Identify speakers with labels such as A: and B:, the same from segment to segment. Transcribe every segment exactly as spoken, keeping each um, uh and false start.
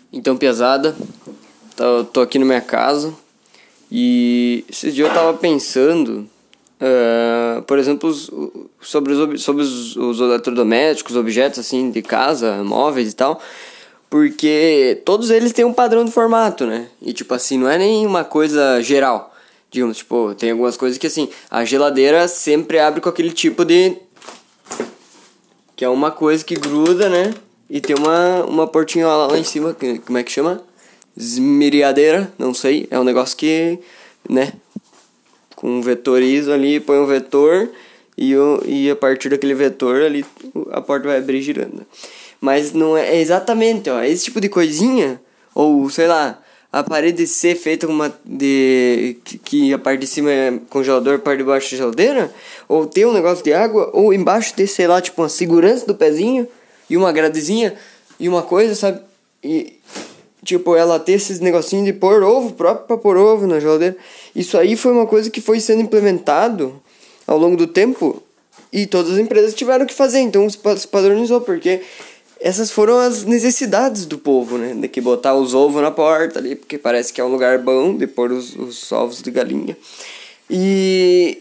A: Então, pesada, tô, tô aqui na minha casa e esses dias eu tava pensando, uh, por exemplo, os, sobre, os, sobre os, os eletrodomésticos, objetos assim de casa, móveis e tal, porque todos eles têm um padrão de formato, né? E tipo assim, não é nem uma coisa geral. Digamos, tipo, tem algumas coisas que assim, a geladeira sempre abre com aquele tipo de... que é uma coisa que gruda, né? E tem uma, uma portinha lá, lá em cima, que, como é que chama? Esmeriadeira, não sei. É um negócio que, né? Com vetoriza ali, põe um vetor e, o, e a partir daquele vetor ali a porta vai abrir girando. Mas não é, é exatamente, ó, esse tipo de coisinha, ou sei lá, a parede ser feita com uma de que, que a parte de cima é congelador, a parte de baixo é geladeira, ou ter um negócio de água, ou embaixo ter, sei lá, tipo uma segurança do pezinho e uma gradezinha e uma coisa, sabe? E tipo, ela ter esses negocinhos de pôr ovo, próprio pra pôr ovo na geladeira. Isso aí foi uma coisa que foi sendo implementado ao longo do tempo e todas as empresas tiveram que fazer, então se padronizou, porque essas foram as necessidades do povo, né? De que botar os ovos na porta ali, porque parece que é um lugar bom de pôr os, os ovos de galinha. E...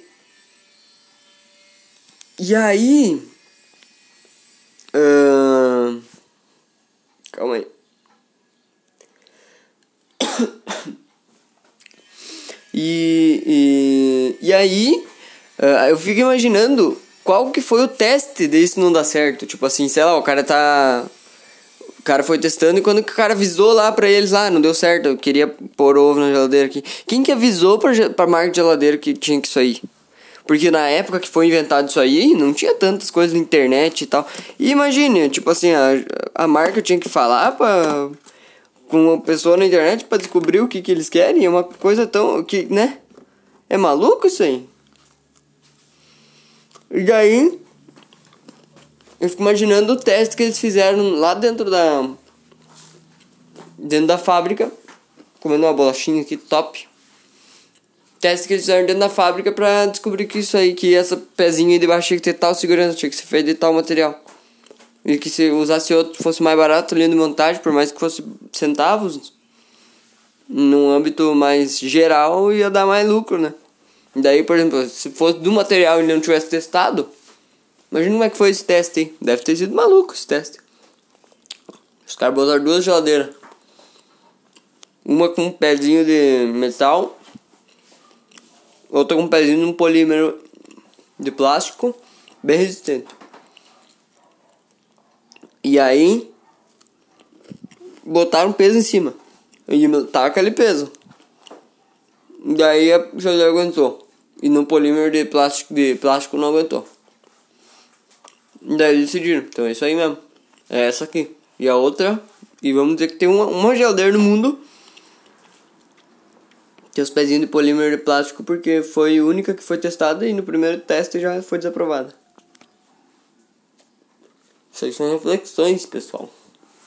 A: E aí... Uh... Calma aí. E, e, e aí, uh, eu fico imaginando qual que foi o teste desse não dar certo. Tipo assim, sei lá, o cara tá... O cara foi testando e quando o cara avisou lá pra eles, lá, ah, não deu certo, eu queria pôr ovo na geladeira aqui. Quem que avisou pra, pra marca de geladeira que tinha que isso aí? Porque na época que foi inventado isso aí, não tinha tantas coisas na internet e tal. E imagine, tipo assim, a, a marca tinha que falar pra... com uma pessoa na internet pra descobrir o que, que eles querem. É uma coisa tão... que, né? É maluco isso aí? E daí... eu fico imaginando o teste que eles fizeram lá dentro da... dentro da fábrica. Comendo uma bolachinha aqui, top. Teste que eles fizeram dentro da fábrica pra descobrir que isso aí... que essa pezinha aí de baixo tinha que ter tal segurança, tinha que ser feito de tal material. E que se usasse outro fosse mais barato, linha de montagem, por mais que fosse centavos, num âmbito mais geral, ia dar mais lucro, né? Daí, por exemplo, se fosse do material e ele não tivesse testado, imagina como é que foi esse teste aí. Deve ter sido maluco esse teste. Os caras botaram duas geladeiras. Uma com um pezinho de metal, outra com um pezinho de um polímero de plástico, bem resistente. E aí, botaram peso em cima. E tá aquele peso. Daí a geladeira aguentou. E no polímero de plástico, de plástico não aguentou. Daí eles decidiram. Então é isso aí mesmo. É essa aqui. E a outra. E vamos dizer que tem uma, uma geladeira no mundo. Tem os pezinhos de polímero de plástico. Porque foi a única que foi testada. E no primeiro teste já foi desaprovada. Isso aí são reflexões, pessoal.